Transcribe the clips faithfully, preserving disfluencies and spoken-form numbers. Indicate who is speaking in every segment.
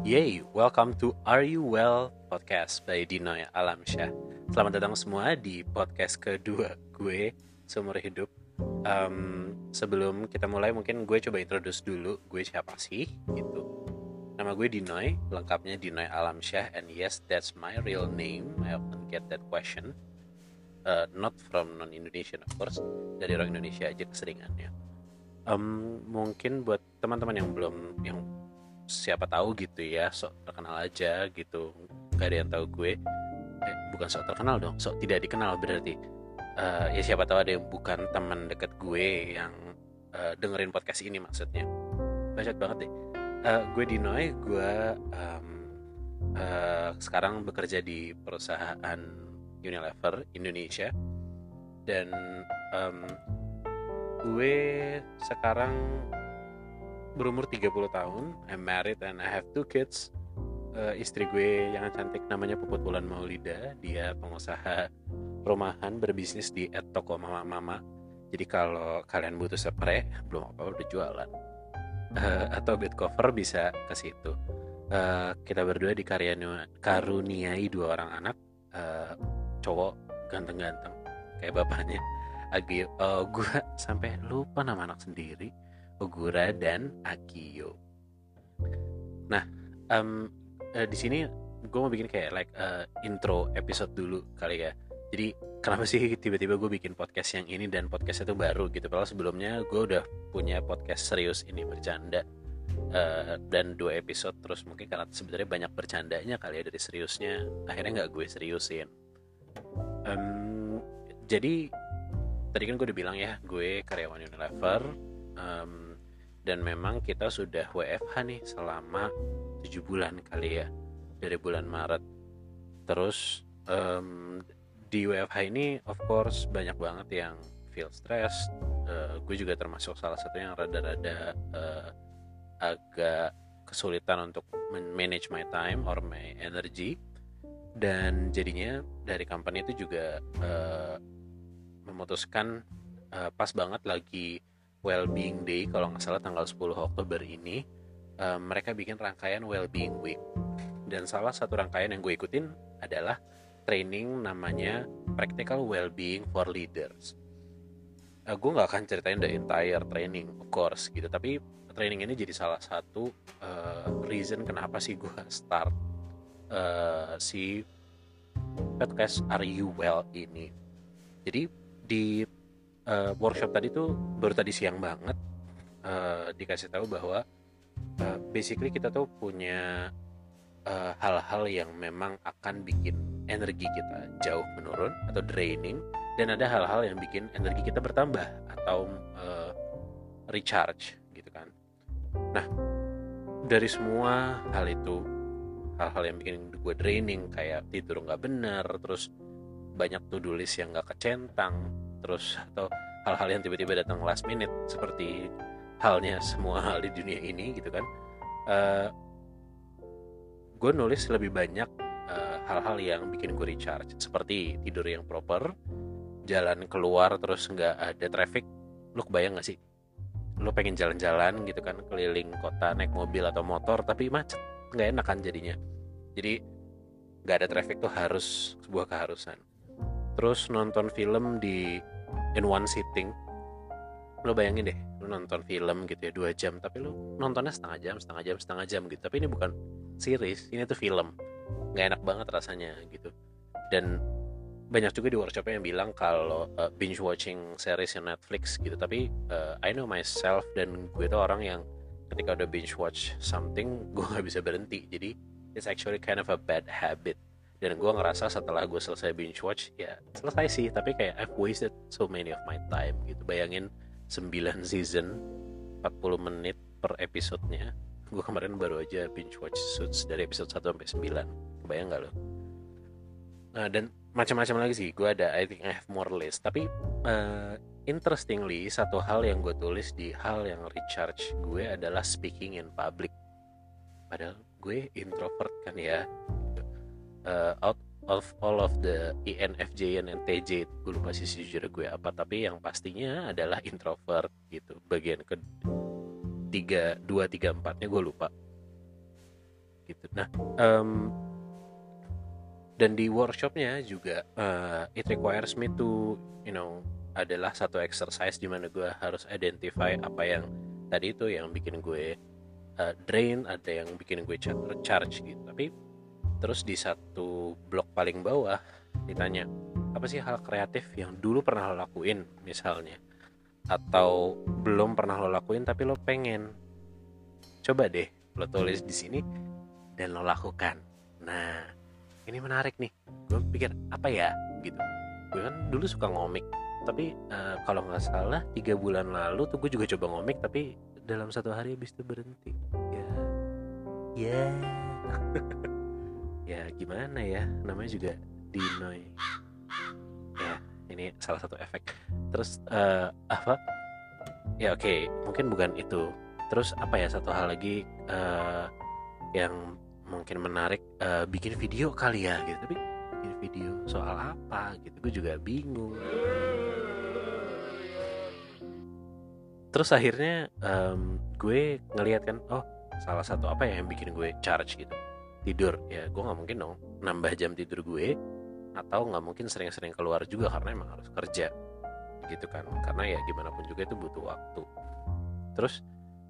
Speaker 1: Yay, welcome to Are You Well Podcast by Dinoy Alamsyah. Selamat datang semua di podcast kedua gue seumur hidup. um, Sebelum kita mulai mungkin gue coba introduce dulu gue siapa sih gitu. Nama gue Dinoy, lengkapnya Dinoy Alamsyah. And yes, that's my real name. I often get that question, uh, Not from non-Indonesian of course, dari orang Indonesia aja keseringannya. um, Mungkin buat teman-teman yang belum yang siapa tahu gitu ya, sok terkenal aja gitu, nggak ada yang tahu gue, eh, bukan sok terkenal dong, sok tidak dikenal berarti. Uh, ya siapa tahu ada yang bukan teman dekat gue yang uh, dengerin podcast ini maksudnya. Banyak banget deh. Uh, gue Dinoy, gue um, uh, sekarang bekerja di perusahaan Unilever Indonesia dan um, gue sekarang berumur tiga puluh tahun, I'm married and I have two kids. Uh, istri gue yang cantik namanya Puput Wulan Maulida. Dia pengusaha rumahan berbisnis di at toko mama-mama. Jadi kalau kalian butuh spray, belum apa-apa udah jualan. Uh, atau bed cover bisa ke situ. Uh, kita berdua dikaruniai dua orang anak, uh, cowok ganteng-ganteng kayak bapaknya. Agi, uh, gue sampai lupa nama anak sendiri. Ogura dan Akio. Nah, um, uh, di sini gue mau bikin kayak like uh, intro episode dulu kali ya. Jadi kenapa sih tiba-tiba gue bikin podcast yang ini dan podcastnya itu baru gitu? Padahal sebelumnya gue udah punya podcast serius ini bercanda uh, dan dua episode, terus mungkin karena sebenarnya banyak bercandanya kali ya dari seriusnya, akhirnya nggak gue seriusin. Um, jadi tadi kan gue udah bilang ya, gue karyawan Unilever. Um, dan memang kita sudah W F H nih selama tujuh bulan kali ya, dari bulan Maret. Terus um, di W F H ini of course banyak banget yang feel stress. uh, gue juga termasuk salah satu yang rada-rada uh, agak kesulitan untuk manage my time or my energy. Dan jadinya dari company itu juga uh, memutuskan uh, pas banget lagi Wellbeing Day, kalau nggak salah tanggal sepuluh Oktober ini, uh, mereka bikin rangkaian Wellbeing Week. Dan salah satu rangkaian yang gue ikutin adalah training namanya Practical Wellbeing for Leaders. Uh, gue nggak akan ceritain the entire training, of course, gitu. Tapi training ini jadi salah satu uh, reason kenapa sih gue start uh, si podcast Are You Well ini. Jadi di Uh, workshop tadi tuh baru tadi siang banget uh, dikasih tahu bahwa uh, basically kita tuh punya uh, hal-hal yang memang akan bikin energi kita jauh menurun atau draining, dan ada hal-hal yang bikin energi kita bertambah atau uh, recharge gitu kan. Nah, dari semua hal itu, hal-hal yang bikin gue draining kayak tidur nggak benar, terus banyak to-do list yang nggak kecentang, terus atau hal-hal yang tiba-tiba datang last minute seperti halnya semua hal di dunia ini gitu kan. Uh, gue nulis lebih banyak uh, hal-hal yang bikin gue recharge, seperti tidur yang proper, jalan keluar terus nggak ada traffic. Lu kebayang nggak sih? Lu pengen jalan-jalan gitu kan, keliling kota naik mobil atau motor tapi macet, nggak enak kan jadinya. Jadi nggak ada traffic tuh harus sebuah keharusan. Terus nonton film di in one sitting. Lo bayangin deh, lo nonton film gitu ya dua jam, tapi lo nontonnya setengah jam, setengah jam, setengah jam gitu. Tapi ini bukan series, ini tuh film. Nggak enak banget rasanya gitu. Dan banyak juga di workshopnya yang bilang kalau uh, binge watching series yang Netflix gitu. Tapi uh, I know myself, dan gue tuh orang yang ketika udah binge watch something, gue nggak bisa berhenti. Jadi it's actually kind of a bad habit. Dan gue ngerasa setelah gue selesai binge watch, ya selesai sih, tapi kayak I've wasted so many of my time gitu. Bayangin sembilan season, empat puluh menit per episodenya. Gue kemarin baru aja binge watch Suits dari episode satu sampai sembilan. Kebayang gak lo? Nah, dan macam-macam lagi sih. Gue ada, I think I have more list. Tapi uh, interestingly, satu hal yang gue tulis di hal yang recharge gue adalah speaking in public. Padahal gue introvert kan ya. Uh, out of all of the I N F J and N T J, gue lupa sih sejujurnya gue apa, tapi yang pastinya adalah introvert gitu. Bagian ke tiga, dua, tiga, empatnya gue lupa. gitu. Nah, um, dan di workshopnya juga uh, it requires me to you know adalah satu exercise di mana gue harus identify apa yang tadi itu yang bikin gue uh, drain, ada yang bikin gue charge gitu. Tapi terus di satu blok paling bawah ditanya, apa sih hal kreatif yang dulu pernah lo lakuin misalnya, atau belum pernah lo lakuin tapi lo pengen, coba deh lo tulis di sini dan lo lakukan. Nah, ini menarik nih. Gue pikir apa ya gitu. Gue kan dulu suka ngomik, tapi uh, kalau nggak salah tiga bulan lalu tuh gue juga coba ngomik, tapi dalam satu hari habis itu berhenti. Ya, ya, ya gimana ya? Namanya juga dinoy. Ya, ini salah satu efek. Terus uh, apa? Ya oke, okay, mungkin bukan itu. Terus apa ya satu hal lagi uh, yang mungkin menarik, uh, bikin video kali ya gitu. Tapi bikin video soal apa gitu, gue juga bingung. Terus akhirnya um, gue ngelihat kan, oh salah satu apa ya yang bikin gue charge gitu, tidur. Ya gue nggak mungkin dong nambah jam tidur gue, atau nggak mungkin sering-sering keluar juga karena emang harus kerja gitu kan, karena ya gimana pun juga itu butuh waktu. Terus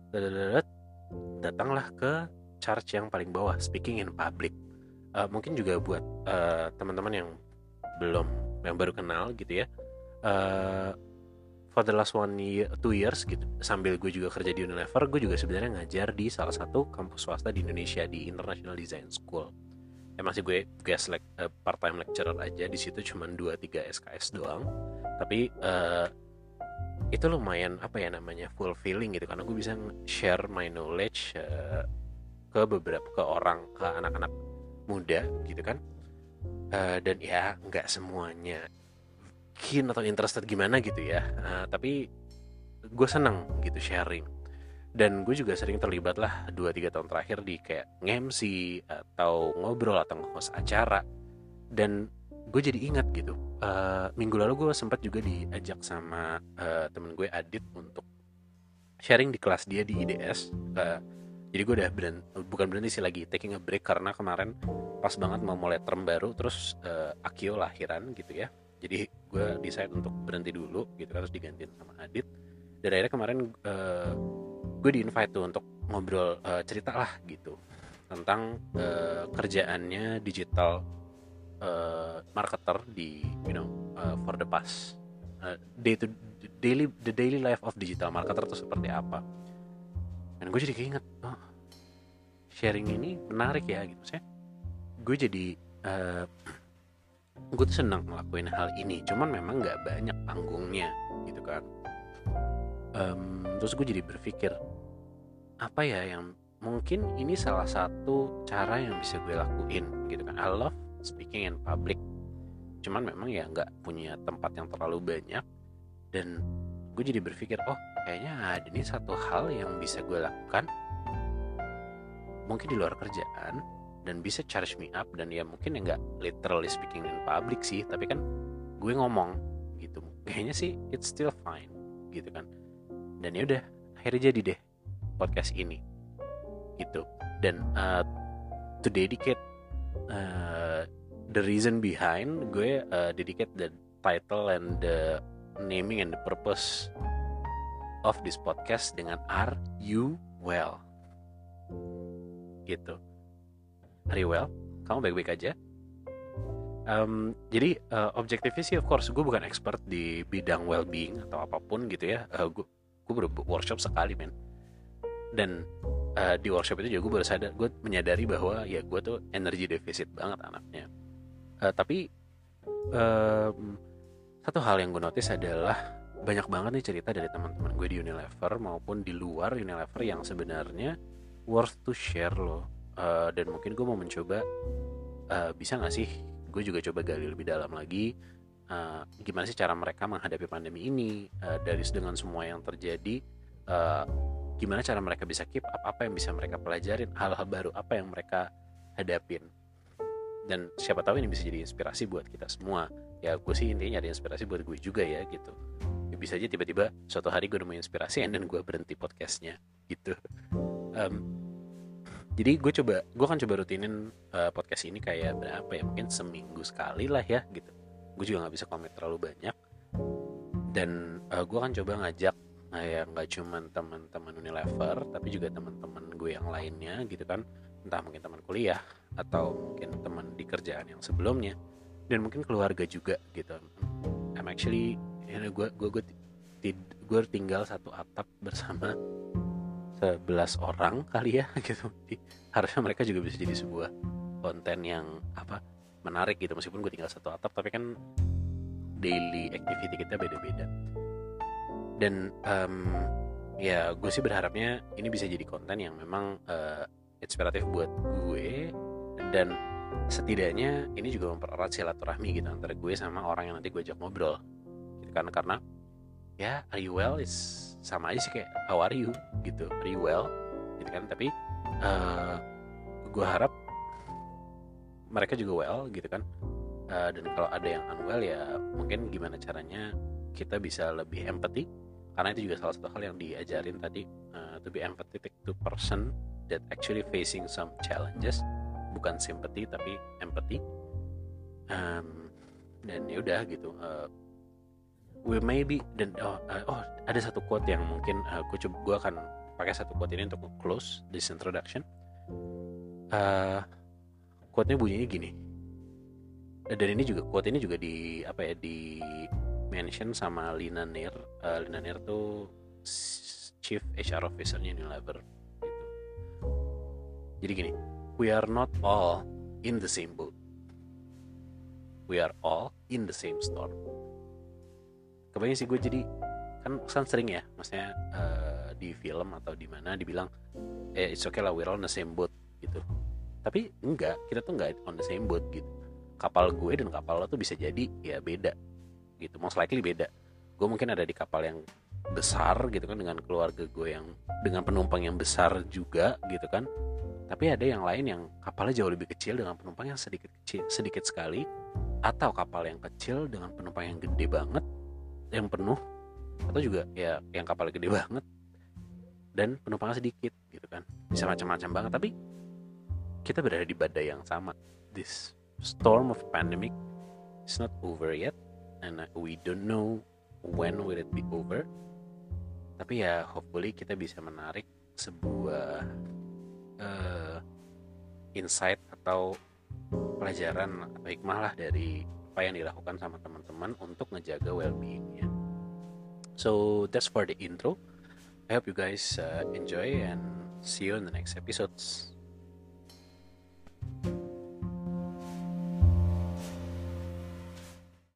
Speaker 1: datanglah ke charge yang paling bawah, speaking in public. Uh, mungkin juga buat uh, teman-teman yang belum, yang baru kenal gitu ya. Uh, for the last one year, two years gitu, sambil gue juga kerja di Unilever, gue juga sebenarnya ngajar di salah satu kampus swasta di Indonesia, di International Design School. Emang sih gue guest like, uh, part time lecturer aja di situ, cuma dua tiga S K S doang. Tapi uh, itu lumayan apa ya namanya fulfilling gitu, karena gue bisa share my knowledge uh, ke beberapa ke orang, ke anak-anak muda gitu kan. Uh, dan ya nggak semuanya keen atau interested gimana gitu ya, uh, tapi gue seneng gitu sharing. Dan gue juga sering terlibat lah dua tiga tahun terakhir di kayak nge-M C atau ngobrol atau nge-host acara. Dan gue jadi ingat gitu, uh, minggu lalu gue sempat juga diajak sama uh, temen gue Adit untuk sharing di kelas dia di I D S. uh, Jadi gue udah berhenti, bukan berhenti sih, lagi taking a break karena kemarin pas banget mau mulai term baru, terus uh, Akio lahiran gitu ya. Jadi gue decide untuk berhenti dulu gitu, harus digantiin sama Adit. Dan akhirnya kemarin uh, gue di-invite tuh untuk ngobrol, uh, cerita lah gitu tentang uh, kerjaannya digital uh, marketer di you know uh, for the past uh, day to daily the daily life of digital marketer tuh seperti apa. Dan gue jadi keinget, oh, sharing ini menarik ya gitu. Saya gue jadi uh, gue tuh senang ngelakuin hal ini, cuman memang nggak banyak panggungnya gitu kan. Um, terus gue jadi berpikir, apa ya yang mungkin ini salah satu cara yang bisa gue lakuin gitu kan. I love speaking in public, cuman memang ya nggak punya tempat yang terlalu banyak. Dan gue jadi berpikir, oh kayaknya ada nih satu hal yang bisa gue lakukan mungkin di luar kerjaan dan bisa charge me up. Dan ya mungkin ya nggak literally speaking in public sih, tapi kan gue ngomong gitu, kayaknya sih it's still fine gitu kan. Dan ya udah akhirnya jadi deh podcast ini gitu. Dan uh, to dedicate uh, the reason behind gue uh, dedicate the title and the naming and the purpose of this podcast dengan Are You Well gitu. Are you well? Kamu baik-baik aja? Um, jadi uh, objektifnya sih of course gue bukan expert di bidang well-being atau apapun gitu ya. uh, gue gue baru workshop sekali men. Dan uh, di workshop itu juga gue baru sadar, gue menyadari bahwa ya gue tuh energy deficit banget anaknya. Uh, tapi um, satu hal yang gue notice adalah banyak banget nih cerita dari teman-teman gue di Unilever maupun di luar Unilever yang sebenarnya worth to share loh. Uh, dan mungkin gue mau mencoba, uh, bisa gak sih gue juga coba gali lebih dalam lagi, uh, gimana sih cara mereka menghadapi pandemi ini, uh, dari dengan semua yang terjadi, uh, gimana cara mereka bisa keep up, apa yang bisa mereka pelajarin, hal-hal baru apa yang mereka hadapin. Dan siapa tahu ini bisa jadi inspirasi buat kita semua. Ya gue sih intinya nyari inspirasi buat gue juga ya gitu. Ya, bisa aja tiba-tiba suatu hari gue nemu inspirasi dan gue berhenti podcastnya gitu. um, Jadi gue coba, gue kan coba rutinin uh, podcast ini kayak berapa ya, mungkin seminggu sekali lah ya gitu. Gue juga nggak bisa komit terlalu banyak. Dan uh, gue kan coba ngajak nah ya nggak cuman teman-teman Unilever, tapi juga teman-teman gue yang lainnya gitu kan, entah mungkin teman kuliah atau mungkin teman di kerjaan yang sebelumnya, dan mungkin keluarga juga gitu. I'm actually, you know, gue gue gue gue tinggal satu atap bersama sebelas orang kali ya gitu. Jadi, harusnya mereka juga bisa jadi sebuah konten yang apa menarik gitu, meskipun gue tinggal satu atap, tapi kan daily activity kita beda-beda. Dan um, ya gue sih berharapnya ini bisa jadi konten yang memang uh, inspiratif buat gue, dan setidaknya ini juga mempererat silaturahmi gitu antara gue sama orang yang nanti gue ajak ngobrol gitu. Karena karena ya are you well is sama aja sih kayak how are you gitu, are you well gitu kan. Tapi uh, gue harap mereka juga well gitu kan. Uh, dan kalau ada yang unwell ya mungkin gimana caranya kita bisa lebih empathy, karena itu juga salah satu hal yang diajarin tadi, uh, to be empathetic to person that actually facing some challenges, bukan sympathy tapi empathy. Um, dan ya udah gitu. Uh, we maybe dan oh, uh, oh ada satu quote yang mungkin uh, gue coba gue akan pakai satu quote ini untuk close this introduction. Uh, quote-nya bunyinya gini. Dan ini juga quote ini juga di apa ya di mention sama Lina Nir. uh, Lina Nir tuh Chief H R Officer-nya Unilever gitu. Jadi gini, we are not all in the same boat, we are all in the same storm. Kebayang sih gue, jadi kan kan sering ya maksudnya uh, di film atau di mana dibilang eh it's okay lah, we're all in the same boat gitu. Tapi enggak, kita tuh enggak on the same boat gitu. Kapal gue dan kapal lo tuh bisa jadi ya beda gitu, most likely beda. Gue mungkin ada di kapal yang besar gitu kan, dengan keluarga gue yang dengan penumpang yang besar juga gitu kan. Tapi ada yang lain yang kapalnya jauh lebih kecil dengan penumpang yang sedikit kecil, sedikit sekali, atau kapal yang kecil dengan penumpang yang gede banget, yang penuh, atau juga ya yang kapal gede banget dan penumpangnya sedikit gitu kan. Bisa macam-macam banget, tapi kita berada di badai yang sama. This storm of pandemic is not over yet, and we don't know when will it be over. Tapi ya hopefully kita bisa menarik sebuah uh, insight atau pelajaran atau hikmah lah dari apa yang dilakukan sama teman-teman untuk ngejaga well-beingnya. So that's for the intro. I hope you guys uh, enjoy and see you in the next episodes.